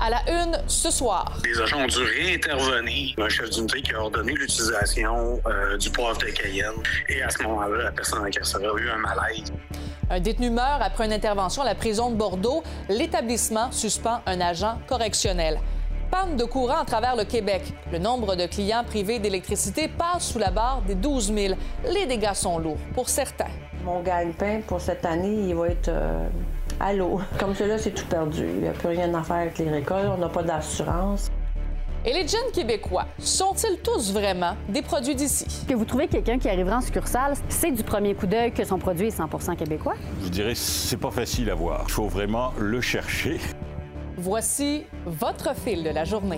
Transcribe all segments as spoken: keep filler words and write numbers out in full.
À la une ce soir. Les agents ont dû réintervenir. Un chef d'unité qui a ordonné l'utilisation euh, du poivre de Cayenne. Et à ce moment-là, la personne incarcérée a eu un malaise. Un détenu meurt après une intervention à la prison de Bordeaux. L'établissement suspend un agent correctionnel. Panne de courant à travers le Québec. Le nombre de clients privés d'électricité passe sous la barre des douze mille. Les dégâts sont lourds pour certains. Mon gagne-pain pour cette année, il va être euh, à l'eau. Comme cela, c'est tout perdu. Il n'y a plus rien à faire avec les récoltes, on n'a pas d'assurance. Et les gins québécois, sont-ils tous vraiment des produits d'ici? Que vous trouvez quelqu'un qui arrivera en succursale, c'est du premier coup d'œil que son produit est cent pour cent québécois? Je dirais c'est pas facile à voir. Il faut vraiment le chercher. Voici votre fil de la journée.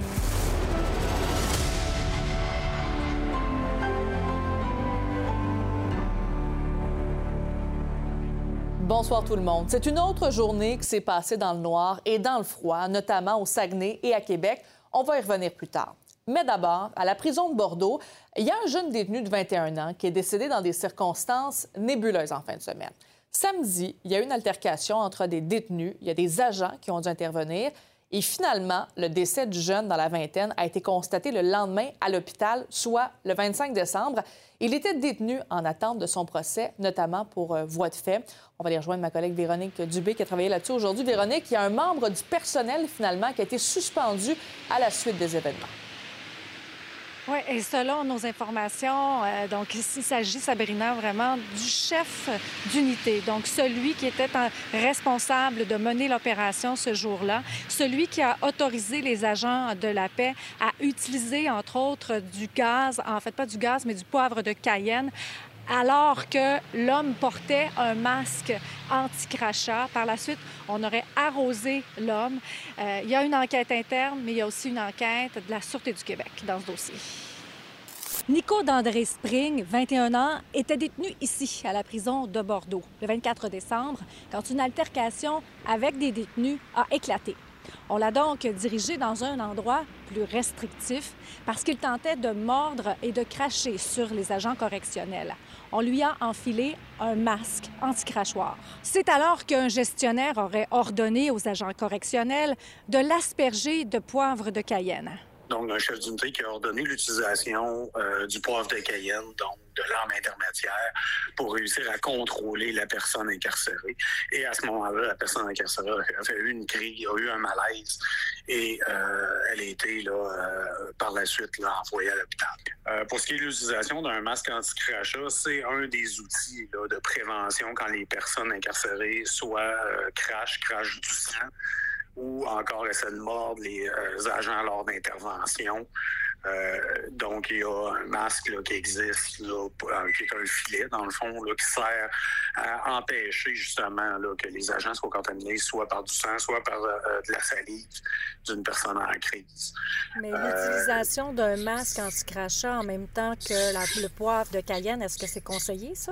Bonsoir tout le monde. C'est une autre journée qui s'est passée dans le noir et dans le froid, notamment au Saguenay et à Québec. On va y revenir plus tard. Mais d'abord, à la prison de Bordeaux, il y a un jeune détenu de vingt et un ans qui est décédé dans des circonstances nébuleuses en fin de semaine. Samedi, il y a eu une altercation entre des détenus. Il y a des agents qui ont dû intervenir. Et finalement, le décès du jeune dans la vingtaine a été constaté le lendemain à l'hôpital, soit le vingt-cinq décembre. Il était détenu en attente de son procès, notamment pour euh, voie de fait. On va aller rejoindre ma collègue Véronique Dubé qui a travaillé là-dessus aujourd'hui. Véronique, il y a un membre du personnel, finalement, qui a été suspendu à la suite des événements. Oui, et selon nos informations, euh, donc il s'agit, Sabrina, vraiment du chef d'unité, donc celui qui était en, responsable de mener l'opération ce jour-là, celui qui a autorisé les agents de la paix à utiliser, entre autres, du gaz, en fait pas du gaz, mais du poivre de Cayenne, alors que l'homme portait un masque anti-crachat. Par la suite, on aurait arrosé l'homme. Euh, il y a une enquête interne, mais il y a aussi une enquête de la Sûreté du Québec dans ce dossier. Nico d'André Spring, vingt et un ans, était détenu ici, à la prison de Bordeaux, le vingt-quatre décembre, quand une altercation avec des détenus a éclaté. On l'a donc dirigé dans un endroit plus restrictif parce qu'il tentait de mordre et de cracher sur les agents correctionnels. On lui a enfilé un masque anti-crachoir. C'est alors qu'un gestionnaire aurait ordonné aux agents correctionnels de l'asperger de poivre de Cayenne. Donc, un chef d'unité qui a ordonné l'utilisation euh, du poivre de Cayenne, donc de l'arme intermédiaire, pour réussir à contrôler la personne incarcérée. Et à ce moment-là, la personne incarcérée a fait une crise, a eu un malaise et euh, elle a été là, euh, par la suite là, envoyée à l'hôpital. Euh, pour ce qui est de l'utilisation d'un masque anti-crachat, c'est un des outils là, de prévention quand les personnes incarcérées soit euh, crachent, crachent du sang, ou encore essaient de mordre les euh, agents lors d'intervention. Euh, donc, il y a un masque là, qui existe, là, qui est un filet, dans le fond, là, qui sert à empêcher justement là, que les agents soient contaminés soit par du sang, soit par euh, de la salive d'une personne en crise. Mais l'utilisation euh, d'un masque anti-crachat en même temps que la, le poivre de Cayenne, est-ce que c'est conseillé, ça?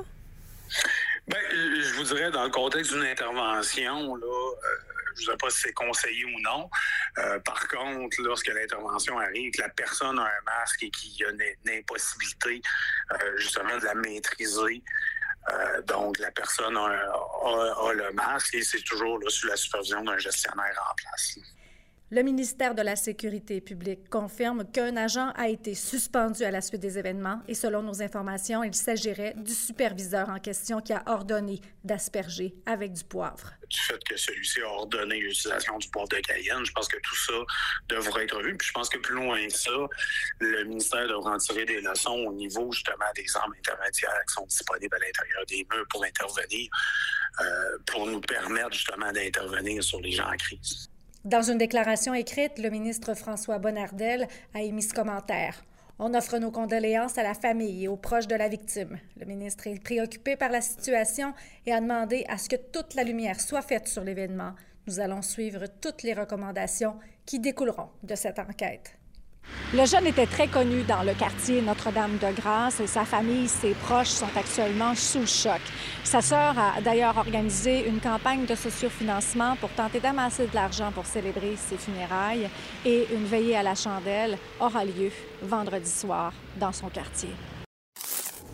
Bien, je vous dirais, dans le contexte d'une intervention, là, euh, je ne sais pas si c'est conseillé ou non. Euh, par contre, lorsque l'intervention arrive, que la personne a un masque et qu'il y a une, une impossibilité euh, justement de la maîtriser, euh, donc la personne a, a, a le masque et c'est toujours là, sous la supervision d'un gestionnaire en place. Le ministère de la Sécurité publique confirme qu'un agent a été suspendu à la suite des événements et selon nos informations, il s'agirait du superviseur en question qui a ordonné d'asperger avec du poivre. Du fait que celui-ci a ordonné l'utilisation du poivre de Cayenne, je pense que tout ça devrait être vu. Puis je pense que plus loin que ça, le ministère devra en tirer des leçons au niveau justement des armes intermédiaires qui sont disponibles à l'intérieur des murs pour intervenir, euh, pour nous permettre justement d'intervenir sur les gens en crise. Dans une déclaration écrite, le ministre François Bonnardel a émis ce commentaire. On offre nos condoléances à la famille et aux proches de la victime. Le ministre est préoccupé par la situation et a demandé à ce que toute la lumière soit faite sur l'événement. Nous allons suivre toutes les recommandations qui découleront de cette enquête. Le jeune était très connu dans le quartier Notre-Dame-de-Grâce et sa famille, ses proches sont actuellement sous le choc. Sa sœur a d'ailleurs organisé une campagne de sociofinancement pour tenter d'amasser de l'argent pour célébrer ses funérailles et une veillée à la chandelle aura lieu vendredi soir dans son quartier.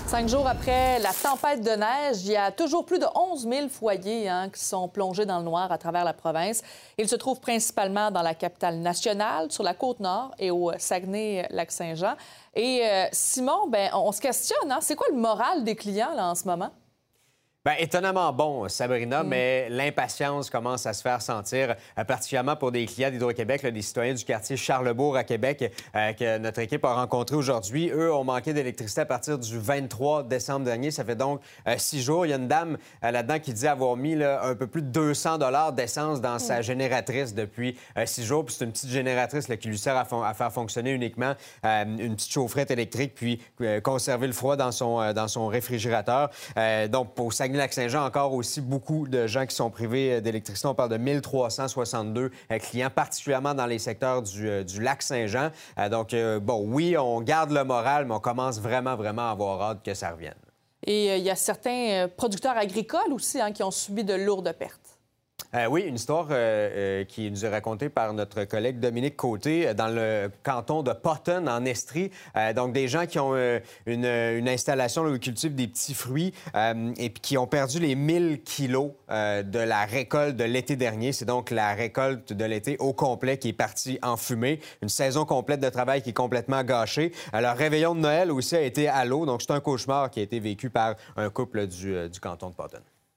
Cinq jours après la tempête de neige, il y a toujours plus de onze mille foyers hein, qui sont plongés dans le noir à travers la province. Ils se trouvent principalement dans la capitale nationale, sur la Côte-Nord et au Saguenay-Lac-Saint-Jean. Et euh, Simon, ben, on se questionne, hein, c'est quoi le moral des clients là, en ce moment? Bien, étonnamment bon, Sabrina, mm. mais l'impatience commence à se faire sentir, euh, particulièrement pour des clients d'Hydro-Québec, là, des citoyens du quartier Charlesbourg à Québec, euh, que notre équipe a rencontré aujourd'hui. Eux ont manqué d'électricité à partir du vingt-trois décembre dernier. Ça fait donc euh, six jours. Il y a une dame euh, là-dedans qui dit avoir mis là, un peu plus de deux cents dollars d'essence dans mm. sa génératrice depuis euh, six jours. Puis c'est une petite génératrice là, qui lui sert à, fon- à faire fonctionner uniquement euh, une petite chaufferette électrique, puis euh, conserver le froid dans son, euh, dans son réfrigérateur. Euh, donc, pour ça, Lac-Saint-Jean, encore aussi beaucoup de gens qui sont privés d'électricité. On parle de mille trois cent soixante-deux clients, particulièrement dans les secteurs du, du Lac-Saint-Jean. Donc, euh, bon, oui, on garde le moral, mais on commence vraiment, vraiment à avoir hâte que ça revienne. Et il euh, y a certains producteurs agricoles aussi hein, qui ont subi de lourdes pertes. Euh, oui, une histoire euh, euh, qui nous est racontée par notre collègue Dominique Côté dans le canton de Potton, en Estrie. Euh, donc, des gens qui ont euh, une, une installation là, où ils cultivent des petits fruits euh, et puis qui ont perdu les mille kilos euh, de la récolte de l'été dernier. C'est donc la récolte de l'été au complet qui est partie en fumée. Une saison complète de travail qui est complètement gâchée. Alors, réveillon de Noël aussi a été à l'eau. Donc, c'est un cauchemar qui a été vécu par un couple du, euh, du canton de Potton.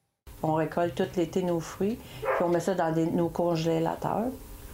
On récolte tout l'été nos fruits, puis on met ça dans des, nos congélateurs.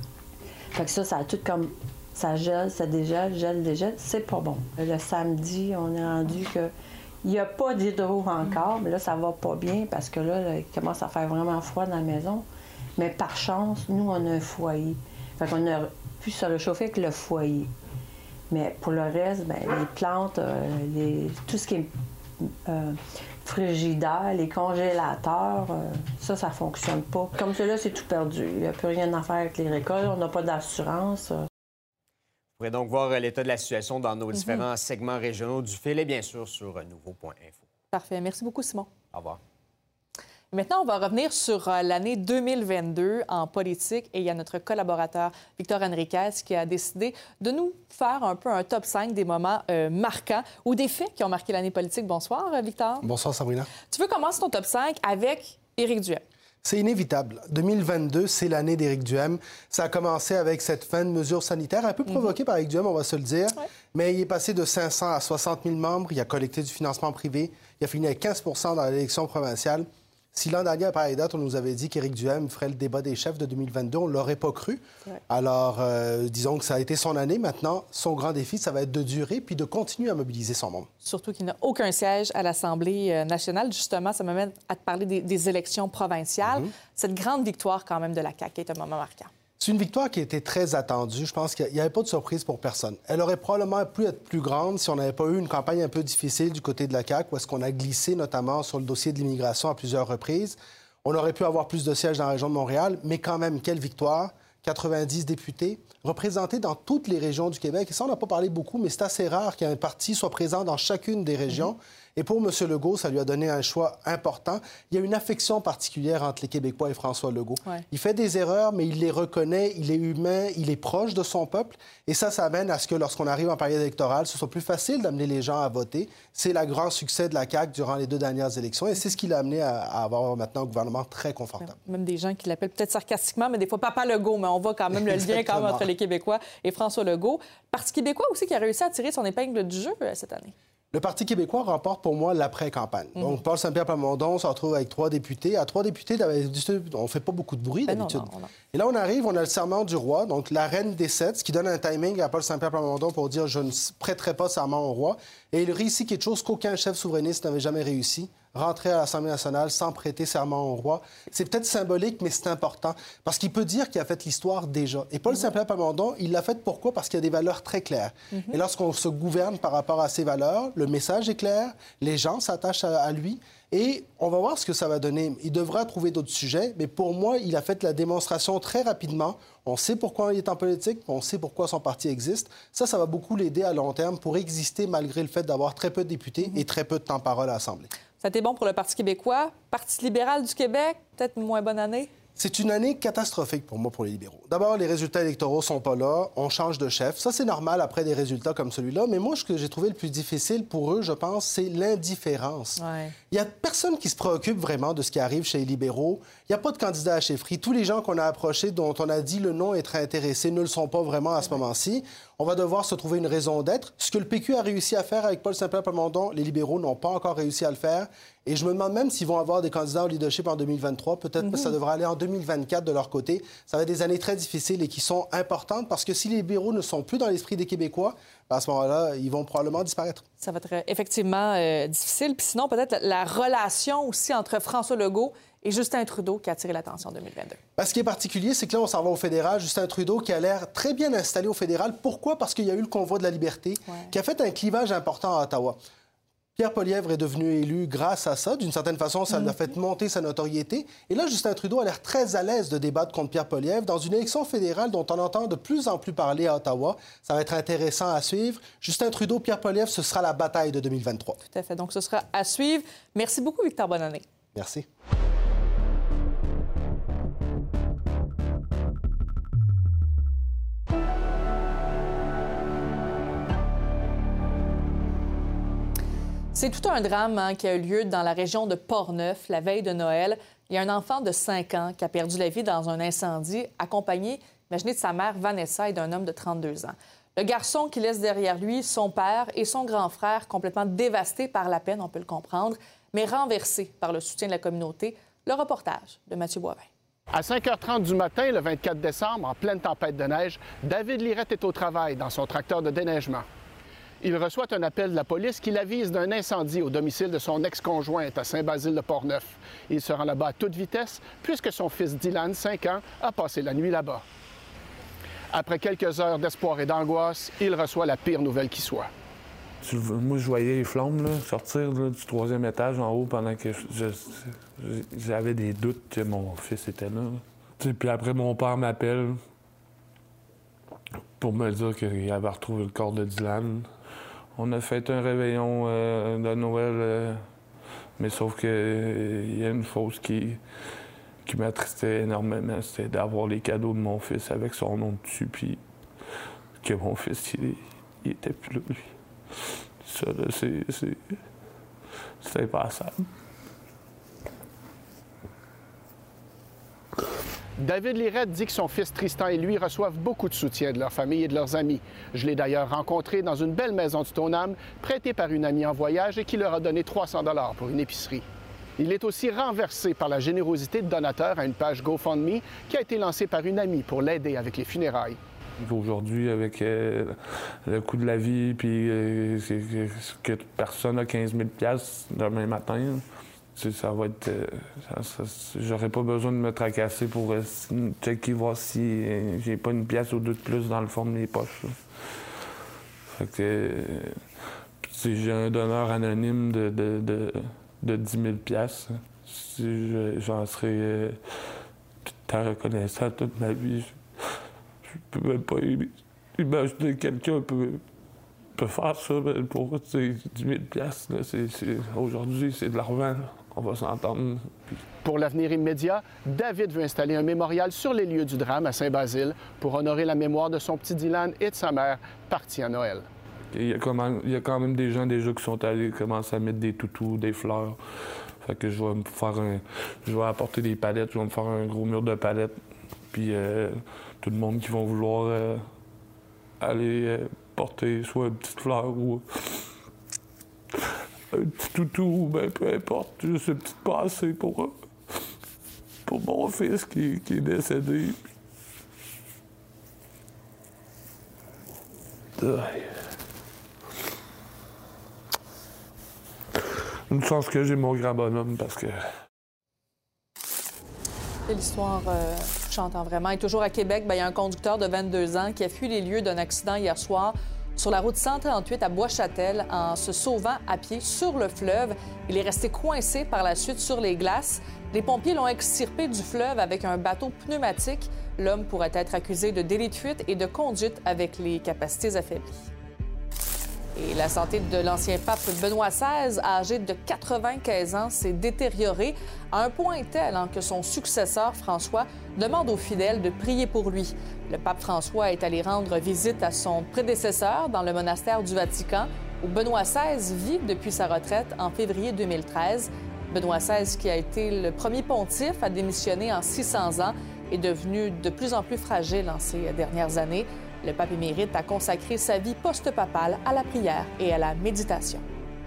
Fait que ça, ça a tout comme... Ça gèle, ça dégèle, gèle, dégèle. C'est pas bon. Le samedi, on est rendu que... Il n'y a pas d'hydro encore, mais là, ça va pas bien parce que là, là, il commence à faire vraiment froid dans la maison. Mais par chance, nous, on a un foyer. Fait qu'on a pu se réchauffer avec le foyer. Mais pour le reste, bien, les plantes, euh, les... tout ce qui est... Euh, frigidaire, les congélateurs, euh, ça, ça fonctionne pas. Comme cela, c'est tout perdu. Il n'y a plus rien à faire avec les récoltes. On n'a pas d'assurance. Vous pourrez donc voir l'état de la situation dans nos mm-hmm. différents segments régionaux du fil et bien sûr sur nouveau point info. Parfait. Merci beaucoup, Simon. Au revoir. Maintenant, on va revenir sur l'année deux mille vingt-deux en politique et il y a notre collaborateur Victor Henriquez qui a décidé de nous faire un peu un top cinq des moments euh, marquants ou des faits qui ont marqué l'année politique. Bonsoir, Victor. Bonsoir, Sabrina. Tu veux commencer ton top cinq avec Éric Duhem. C'est inévitable. deux mille vingt-deux, c'est l'année d'Éric Duhem. Ça a commencé avec cette fin de mesures sanitaires, un peu provoquée mm-hmm. par Éric Duhem, on va se le dire. Ouais. Mais il est passé de cinq cents à soixante mille membres. Il a collecté du financement privé. Il a fini avec quinze pour cent dans l'élection provinciale. Si l'an dernier, à pareille date, on nous avait dit qu'Éric Duhem ferait le débat des chefs de deux mille vingt-deux, on ne l'aurait pas cru. Ouais. Alors, euh, disons que ça a été son année. Maintenant, son grand défi, ça va être de durer puis de continuer à mobiliser son monde. Surtout qu'il n'a aucun siège à l'Assemblée nationale. Justement, ça m'amène à te parler des, des élections provinciales. Mm-hmm. Cette grande victoire, quand même, de la C A Q est un moment marquant. C'est une victoire qui a été très attendue. Je pense qu'il n'y avait pas de surprise pour personne. Elle aurait probablement pu être plus grande si on n'avait pas eu une campagne un peu difficile du côté de la C A Q, où est-ce qu'on a glissé notamment sur le dossier de l'immigration à plusieurs reprises. On aurait pu avoir plus de sièges dans la région de Montréal, mais quand même, quelle victoire! quatre-vingt-dix députés représentés dans toutes les régions du Québec. Et ça, on n'a pas parlé beaucoup, mais c'est assez rare qu'un parti soit présent dans chacune des régions. Mm-hmm. Et pour M. Legault, ça lui a donné un choix important. Il y a une affection particulière entre les Québécois et François Legault. Ouais. Il fait des erreurs, mais il les reconnaît, il est humain, il est proche de son peuple. Et ça, ça amène à ce que lorsqu'on arrive en période électorale, ce soit plus facile d'amener les gens à voter. C'est le grand succès de la C A Q durant les deux dernières élections. Et c'est ce qui l'a amené à, à avoir maintenant un gouvernement très confortable. Même des gens qui l'appellent peut-être sarcastiquement, mais des fois Papa Legault, mais on voit quand même le lien quand même entre les Québécois et François Legault. Le Parti québécois aussi qui a réussi à tirer son épingle du jeu cette année. Le Parti québécois remporte pour moi l'après-campagne. Mmh. Donc, Paul Saint-Pierre Plamondon se retrouve avec trois députés. À trois députés, on ne fait pas beaucoup de bruit ben d'habitude. Non, non, non. Et là, on arrive, on a le serment du roi, donc la reine des sept, ce qui donne un timing à Paul Saint-Pierre Plamondon pour dire « je ne prêterai pas serment au roi ». Et il réussit quelque chose qu'aucun chef souverainiste n'avait jamais réussi, rentrer à l'Assemblée nationale sans prêter serment au roi. C'est peut-être symbolique, mais c'est important, parce qu'il peut dire qu'il a fait l'histoire déjà. Et Paul mm-hmm. Saint-Pierre Plamondon, il l'a fait pourquoi? Parce qu'il y a des valeurs très claires. Mm-hmm. Et lorsqu'on se gouverne par rapport à ces valeurs, le message est clair, les gens s'attachent à, à lui, et on va voir ce que ça va donner. Il devra trouver d'autres sujets, mais pour moi, il a fait la démonstration très rapidement. On sait pourquoi il est en politique, on sait pourquoi son parti existe. Ça, ça va beaucoup l'aider à long terme pour exister malgré le fait d'avoir très peu de députés mm-hmm. et très peu de temps-parole à l'Assemblée. Ça a été bon pour le Parti québécois. Parti libéral du Québec, peut-être une moins bonne année? C'est une année catastrophique pour moi, pour les libéraux. D'abord, les résultats électoraux sont pas là, on change de chef. Ça, c'est normal après des résultats comme celui-là. Mais moi, ce que j'ai trouvé le plus difficile pour eux, je pense, c'est l'indifférence. Ouais. Il y a personne qui se préoccupe vraiment de ce qui arrive chez les libéraux. Il n'y a pas de candidat à chefferie. Tous les gens qu'on a approchés, dont on a dit le nom être intéressés, ne le sont pas vraiment à ce moment-ci. On va devoir se trouver une raison d'être. Ce que le P Q a réussi à faire avec Paul Saint-Pierre-Plamondon, les libéraux n'ont pas encore réussi à le faire. Et je me demande même s'ils vont avoir des candidats au leadership en deux mille vingt-trois. Peut-être mm-hmm. que ça devra aller en deux mille vingt-quatre de leur côté. Ça va être des années très difficiles et qui sont importantes parce que si les libéraux ne sont plus dans l'esprit des Québécois, à ce moment-là, ils vont probablement disparaître. Ça va être effectivement euh, difficile. Puis sinon, peut-être la, la relation aussi entre François Legault et Justin Trudeau qui a attiré l'attention en deux mille vingt-deux. Parce ce qui est particulier, c'est que là, on s'en va au fédéral. Justin Trudeau qui a l'air très bien installé au fédéral. Pourquoi? Parce qu'il y a eu le convoi de la liberté ouais. qui a fait un clivage important à Ottawa. Pierre Poilievre est devenu élu grâce à ça. D'une certaine façon, ça mm-hmm. l'a fait monter sa notoriété. Et là, Justin Trudeau a l'air très à l'aise de débattre contre Pierre Poilievre dans une élection fédérale dont on entend de plus en plus parler à Ottawa. Ça va être intéressant à suivre. Justin Trudeau, Pierre Poilievre, ce sera la bataille de deux mille vingt-trois. Tout à fait. Donc, ce sera à suivre. Merci beaucoup, Victor Bonannay. Merci. C'est tout un drame hein, qui a eu lieu dans la région de Portneuf la veille de Noël. Il y a un enfant de cinq ans qui a perdu la vie dans un incendie, accompagné, imaginez, de sa mère Vanessa et d'un homme de trente-deux ans. Le garçon qui laisse derrière lui son père et son grand frère complètement dévastés par la peine, on peut le comprendre, mais renversés par le soutien de la communauté. Le reportage de Mathieu Boivin. À cinq heures trente du matin, le vingt-quatre décembre, en pleine tempête de neige, David Lirette est au travail dans son tracteur de déneigement. Il reçoit un appel de la police qui l'avise d'un incendie au domicile de son ex-conjointe à Saint-Basile-de-Portneuf. Il se rend là-bas à toute vitesse puisque son fils Dylan, cinq ans, a passé la nuit là-bas. Après quelques heures d'espoir et d'angoisse, il reçoit la pire nouvelle qui soit. Moi, je voyais les flammes là, sortir là, du troisième étage en haut pendant que j'avais des doutes que mon fils était là. là. Puis après, mon père m'appelle pour me dire qu'il avait retrouvé le corps de Dylan. On a fait un réveillon euh, de Noël, euh, mais sauf qu'il euh, y a une chose qui, qui m'attristait énormément, c'était d'avoir les cadeaux de mon fils avec son nom dessus, puis que mon fils, il, il était plus là, lui. Ça, là, c'est... c'est... c'est impassable. David Lirette dit que son fils Tristan et lui reçoivent beaucoup de soutien de leur famille et de leurs amis. Je l'ai d'ailleurs rencontré dans une belle maison du Stoneham, prêtée par une amie en voyage et qui leur a donné trois cents dollars pour une épicerie. Il est aussi renversé par la générosité de donateurs à une page GoFundMe qui a été lancée par une amie pour l'aider avec les funérailles. Aujourd'hui, avec euh, le coût de la vie, puis euh, que personne n'a quinze mille dollars demain matin, ça va être... Euh, ça, ça, j'aurais pas besoin de me tracasser pour euh, checker, voir si euh, j'ai pas une pièce ou deux de plus dans le fond de mes poches. Là. Fait que... Euh, si j'ai un donneur anonyme de, de, de, de dix mille dollars, si j'en serais euh, très reconnaissant toute ma vie. Je peux même pas imaginer que quelqu'un peut, peut faire ça pour dix mille dollars. Aujourd'hui, c'est de l'argent. On va s'entendre. Pour l'avenir immédiat, David veut installer un mémorial sur les lieux du drame à Saint-Basile pour honorer la mémoire de son petit Dylan et de sa mère partis à Noël. Il y a quand même, il y a quand même des gens déjà qui sont allés commencer à mettre des toutous, des fleurs. Fait que je vais me faire un... Je vais apporter des palettes, je vais me faire un gros mur de palettes. Puis euh, tout le monde qui va vouloir euh, aller euh, porter soit une petite fleur ou un petit toutou, ou bien peu importe, juste une petite pensée pour, euh, pour mon fils qui, qui est décédé. Une chance que j'ai mon grand bonhomme parce que... C'est l'histoire euh, touchante, hein, vraiment. Et toujours à Québec, bien, il y a un conducteur de vingt-deux ans qui a fui les lieux d'un accident hier soir sur la route cent trente-huit à Bois-Châtel en se sauvant à pied sur le fleuve. Il est resté coincé par la suite sur les glaces. Les pompiers l'ont extirpé du fleuve avec un bateau pneumatique. L'homme pourrait être accusé de délit de fuite et de conduite avec les capacités affaiblies. Et la santé de l'ancien pape Benoît seize, âgé de quatre-vingt-quinze ans, s'est détériorée à un point tel hein, que son successeur, François, demande aux fidèles de prier pour lui. Le pape François est allé rendre visite à son prédécesseur dans le monastère du Vatican, où Benoît seize vit depuis sa retraite en février deux mille treize. Benoît seize, qui a été le premier pontife à démissionner en six cents ans, est devenu de plus en plus fragile en ces dernières années. Le pape émérite a consacré sa vie post-papale à la prière et à la méditation.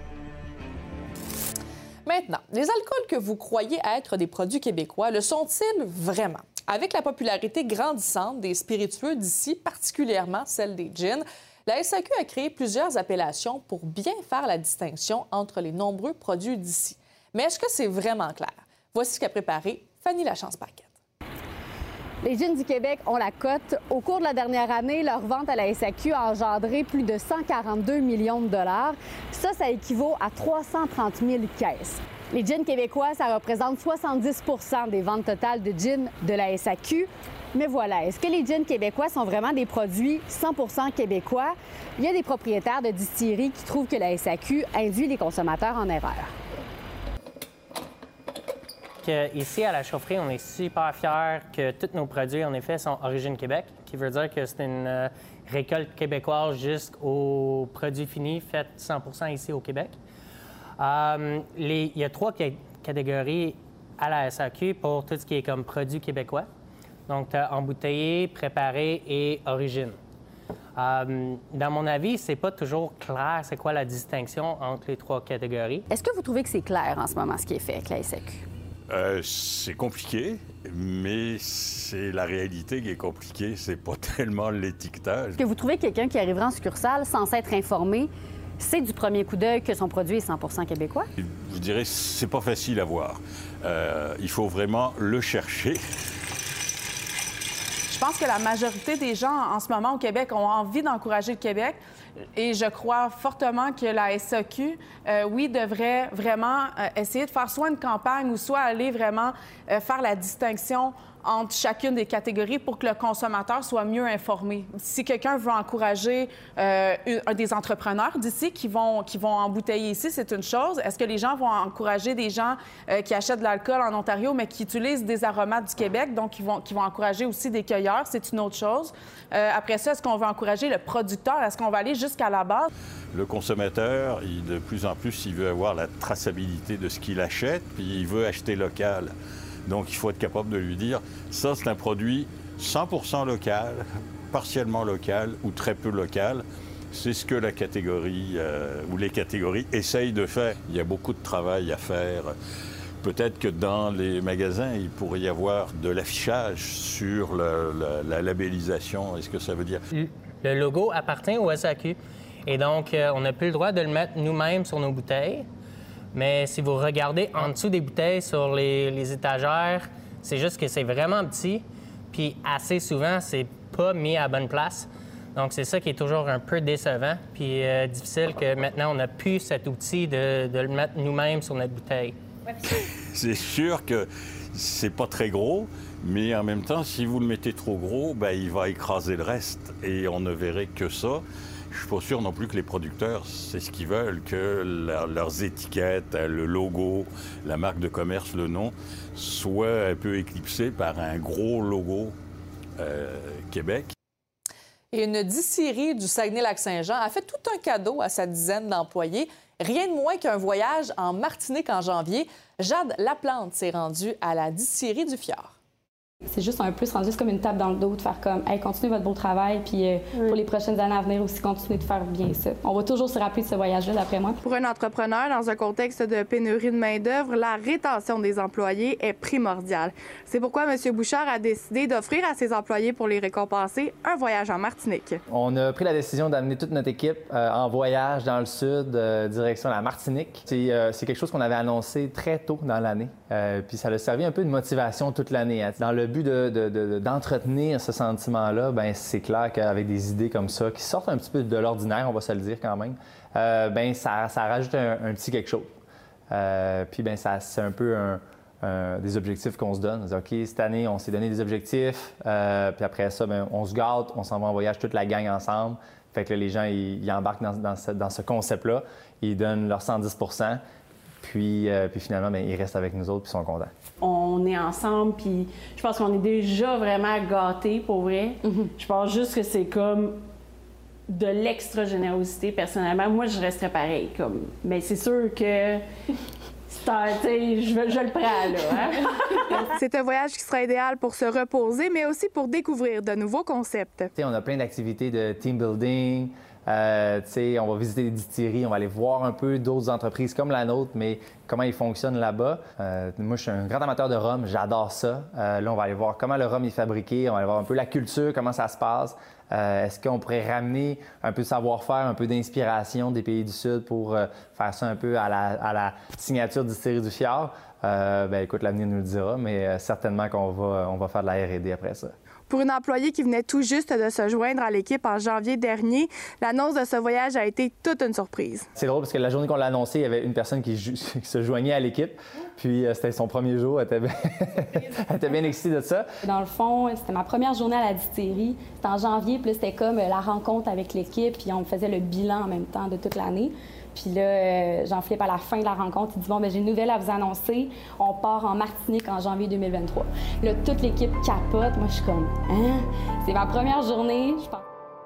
Maintenant, les alcools que vous croyez être des produits québécois, le sont-ils vraiment? Avec la popularité grandissante des spiritueux d'ici, particulièrement celle des gins, la S A Q a créé plusieurs appellations pour bien faire la distinction entre les nombreux produits d'ici. Mais est-ce que c'est vraiment clair? Voici ce qu'a préparé Fanny Lachance-Paquette. Les gins du Québec ont la cote. Au cours de la dernière année, leur vente à la S A Q a engendré plus de cent quarante-deux millions de dollars. Ça, ça équivaut à trois cent trente mille caisses. Les gins québécois, ça représente soixante-dix pour cent des ventes totales de gins de la S A Q. Mais voilà, est-ce que les gins québécois sont vraiment des produits cent pour cent québécois? Il y a des propriétaires de distilleries qui trouvent que la S A Q induit les consommateurs en erreur. Ici, à la chaufferie, on est super fiers que tous nos produits, en effet, sont Origine Québec, qui veut dire que c'est une euh, récolte québécoise jusqu'aux produits finis faits cent pour cent ici au Québec. Euh, les, il y a trois catégories à la S A Q pour tout ce qui est comme produits québécois. Donc, tu as embouteillé, préparé et origine. Euh, dans mon avis, c'est pas toujours clair c'est quoi la distinction entre les trois catégories. Est-ce que vous trouvez que c'est clair en ce moment ce qui est fait avec la S A Q? Euh, c'est compliqué, mais c'est la réalité qui est compliquée. C'est pas tellement l'étiquetage. Est-ce que vous trouvez que quelqu'un qui arriverait en succursale sans s'être informé, c'est du premier coup d'œil que son produit est cent pour cent québécois? Je dirais c'est pas facile à voir. Euh, il faut vraiment le chercher. Je pense que la majorité des gens en ce moment au Québec ont envie d'encourager le Québec. Et je crois fortement que la S A Q, euh, oui, devrait vraiment euh, essayer de faire soit une campagne ou soit aller vraiment euh, faire la distinction entre chacune des catégories pour que le consommateur soit mieux informé. Si quelqu'un veut encourager euh, un des entrepreneurs d'ici qui vont, qui vont embouteiller ici, c'est une chose. Est-ce que les gens vont encourager des gens euh, qui achètent de l'alcool en Ontario, mais qui utilisent des aromates du Québec, donc qui vont, qui vont encourager aussi des cueilleurs? C'est une autre chose. Euh, après ça, est-ce qu'on veut encourager le producteur? Est-ce qu'on va aller jusqu'à la base? Le consommateur, il, de plus en plus, il veut avoir la traçabilité de ce qu'il achète, puis il veut acheter local. Donc, il faut être capable de lui dire, ça, c'est un produit cent pour cent local, partiellement local ou très peu local. C'est ce que la catégorie euh, ou les catégories essayent de faire. Il y a beaucoup de travail à faire. Peut-être que dans les magasins, il pourrait y avoir de l'affichage sur le, la, la labellisation. Est-ce que ça veut dire? Le logo appartient au S A Q. Et donc, euh, on n'a plus le droit de le mettre nous-mêmes sur nos bouteilles. Mais si vous regardez en dessous des bouteilles sur les, les étagères, c'est juste que c'est vraiment petit. Puis assez souvent, c'est pas mis à la bonne place. Donc, c'est ça qui est toujours un peu décevant. Puis euh, difficile que maintenant, on n'a plus cet outil de, de le mettre nous-mêmes sur notre bouteille. C'est sûr que c'est pas très gros, mais en même temps, si vous le mettez trop gros, ben, il va écraser le reste et on ne verrait que ça. Je suis pas sûr non plus que les producteurs, c'est ce qu'ils veulent, que leur, leurs étiquettes, le logo, la marque de commerce, le nom, soient un peu éclipsés par un gros logo euh, Québec. Et une distillerie du Saguenay-Lac-Saint-Jean a fait tout un cadeau à sa dizaine d'employés. Rien de moins qu'un voyage en Martinique en janvier. Jade Laplante s'est rendue à la distillerie du Fjord. C'est juste un plus rendu, c'est comme une tape dans le dos de faire comme « Hey, continuez votre beau travail, puis euh, oui. pour les prochaines années à venir aussi, continuez de faire bien ça. » On va toujours se rappeler de ce voyage-là, d'après moi. Pour un entrepreneur, dans un contexte de pénurie de main-d'œuvre, la rétention des employés est primordiale. C'est pourquoi M. Bouchard a décidé d'offrir à ses employés, pour les récompenser, un voyage en Martinique. On a pris la décision d'amener toute notre équipe euh, en voyage dans le sud, euh, direction la Martinique. C'est, euh, c'est quelque chose qu'on avait annoncé très tôt dans l'année, euh, puis ça a servi un peu de motivation toute l'année. Hein. Dans le but de, de, de, d'entretenir ce sentiment-là, bien, c'est clair qu'avec des idées comme ça, qui sortent un petit peu de l'ordinaire, on va se le dire quand même, euh, bien, ça, ça rajoute un, un petit quelque chose. Euh, puis, bien, ça, c'est un peu un, un, des objectifs qu'on se donne. On dit, OK, cette année, on s'est donné des objectifs, euh, puis après ça, bien, on se gâte, on s'en va en voyage toute la gang ensemble. Fait que là, les gens, ils, ils embarquent dans, dans ce, dans ce concept-là, ils donnent leur cent dix pour cent. Puis, euh, puis finalement, bien, ils restent avec nous autres puis ils sont contents. On est ensemble, puis je pense qu'on est déjà vraiment gâtés, pour vrai. Mm-hmm. Je pense juste que c'est comme de l'extra générosité, personnellement. Moi, je resterais pareil. Comme... Mais c'est sûr que... Je, je le prends, là. Hein? C'est un voyage qui sera idéal pour se reposer, mais aussi pour découvrir de nouveaux concepts. T'sais, on a plein d'activités de team building. Euh, on va visiter des distilleries, on va aller voir un peu d'autres entreprises comme la nôtre, mais comment ils fonctionnent là-bas. Euh, moi, je suis un grand amateur de rhum, j'adore ça. Euh, là, on va aller voir comment le rhum est fabriqué, on va aller voir un peu la culture, comment ça se passe. Euh, est-ce qu'on pourrait ramener un peu de savoir-faire, un peu d'inspiration des pays du Sud pour euh, faire ça un peu à la, à la signature distillerie du Fjord? Euh, ben, écoute, l'avenir nous le dira, mais euh, certainement qu'on va, on va faire de la R et D après ça. Pour une employée qui venait tout juste de se joindre à l'équipe en janvier dernier, l'annonce de ce voyage a été toute une surprise. C'est drôle parce que la journée qu'on l'a annoncé, il y avait une personne qui, qui se joignait à l'équipe. Puis euh, c'était son premier jour, elle était, bien... elle était bien excitée de ça. Dans le fond, c'était ma première journée à la distillerie. C'était en janvier, puis c'était comme la rencontre avec l'équipe, puis on faisait le bilan en même temps de toute l'année. Puis là, euh, Jean-Philippe, à la fin de la rencontre, il dit « Bon, bien, j'ai une nouvelle à vous annoncer. On part en Martinique en janvier deux mille vingt-trois. » Là, toute l'équipe capote. Moi, je suis comme « Hein? » C'est ma première journée. Je pense...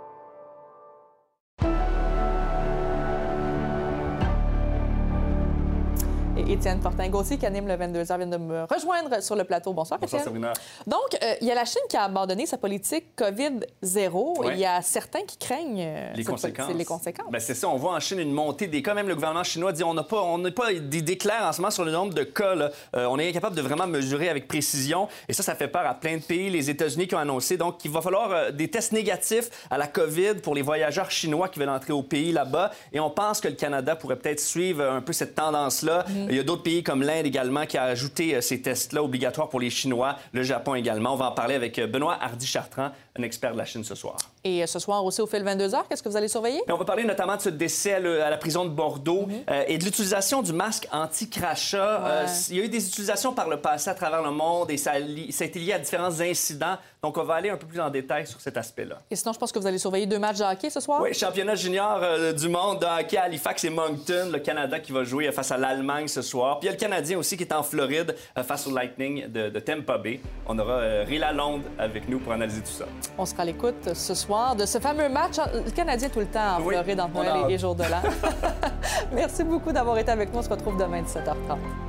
Et Étienne Fortin-Gauthier, qui anime le vingt-deux heures, vient de me rejoindre sur le plateau. Bonsoir, Étienne. Bonsoir, Sabrina. Donc, euh, il y a la Chine qui a abandonné sa politique covid zéro. Ouais. Il y a certains qui craignent euh, les conséquences. les conséquences. Ben, c'est ça, on voit en Chine une montée des cas. Même le gouvernement chinois dit on n'a pas, on n'a pas d'idée claire en ce moment sur le nombre de cas. Là. Euh, on est incapable de vraiment mesurer avec précision. Et ça, ça fait peur à plein de pays. Les États-Unis qui ont annoncé donc qu'il va falloir euh, des tests négatifs à la COVID pour les voyageurs chinois qui veulent entrer au pays là-bas. Et on pense que le Canada pourrait peut-être suivre un peu cette tendance-là. Mm-hmm. Il y a d'autres pays comme l'Inde également qui a ajouté ces tests-là obligatoires pour les Chinois, le Japon également. On va en parler avec Benoît Hardy-Chartrand, un expert de la Chine ce soir. Et ce soir aussi au fil vingt-deux heures, qu'est-ce que vous allez surveiller? Bien, on va parler notamment de ce décès à, le, à la prison de Bordeaux mm-hmm. euh, et de l'utilisation du masque anti-crachat. Ouais. Euh, il y a eu des utilisations par le passé à travers le monde et ça a, li... ça a été lié à différents incidents. Donc, on va aller un peu plus en détail sur cet aspect-là. Et sinon, je pense que vous allez surveiller deux matchs de hockey ce soir? Oui, championnat junior euh, du monde de hockey à Halifax et Moncton. Le Canada qui va jouer face à l'Allemagne ce soir. Puis il y a le Canadien aussi qui est en Floride euh, face au Lightning de, de Tampa Bay. On aura euh, Rila Londe avec nous pour analyser tout ça. On sera à l'écoute ce soir de ce fameux match. Le Canadien tout le temps en oui, Floride entre Noël et, et jour de l'an. Merci beaucoup d'avoir été avec nous. On se retrouve demain à dix-sept heures trente.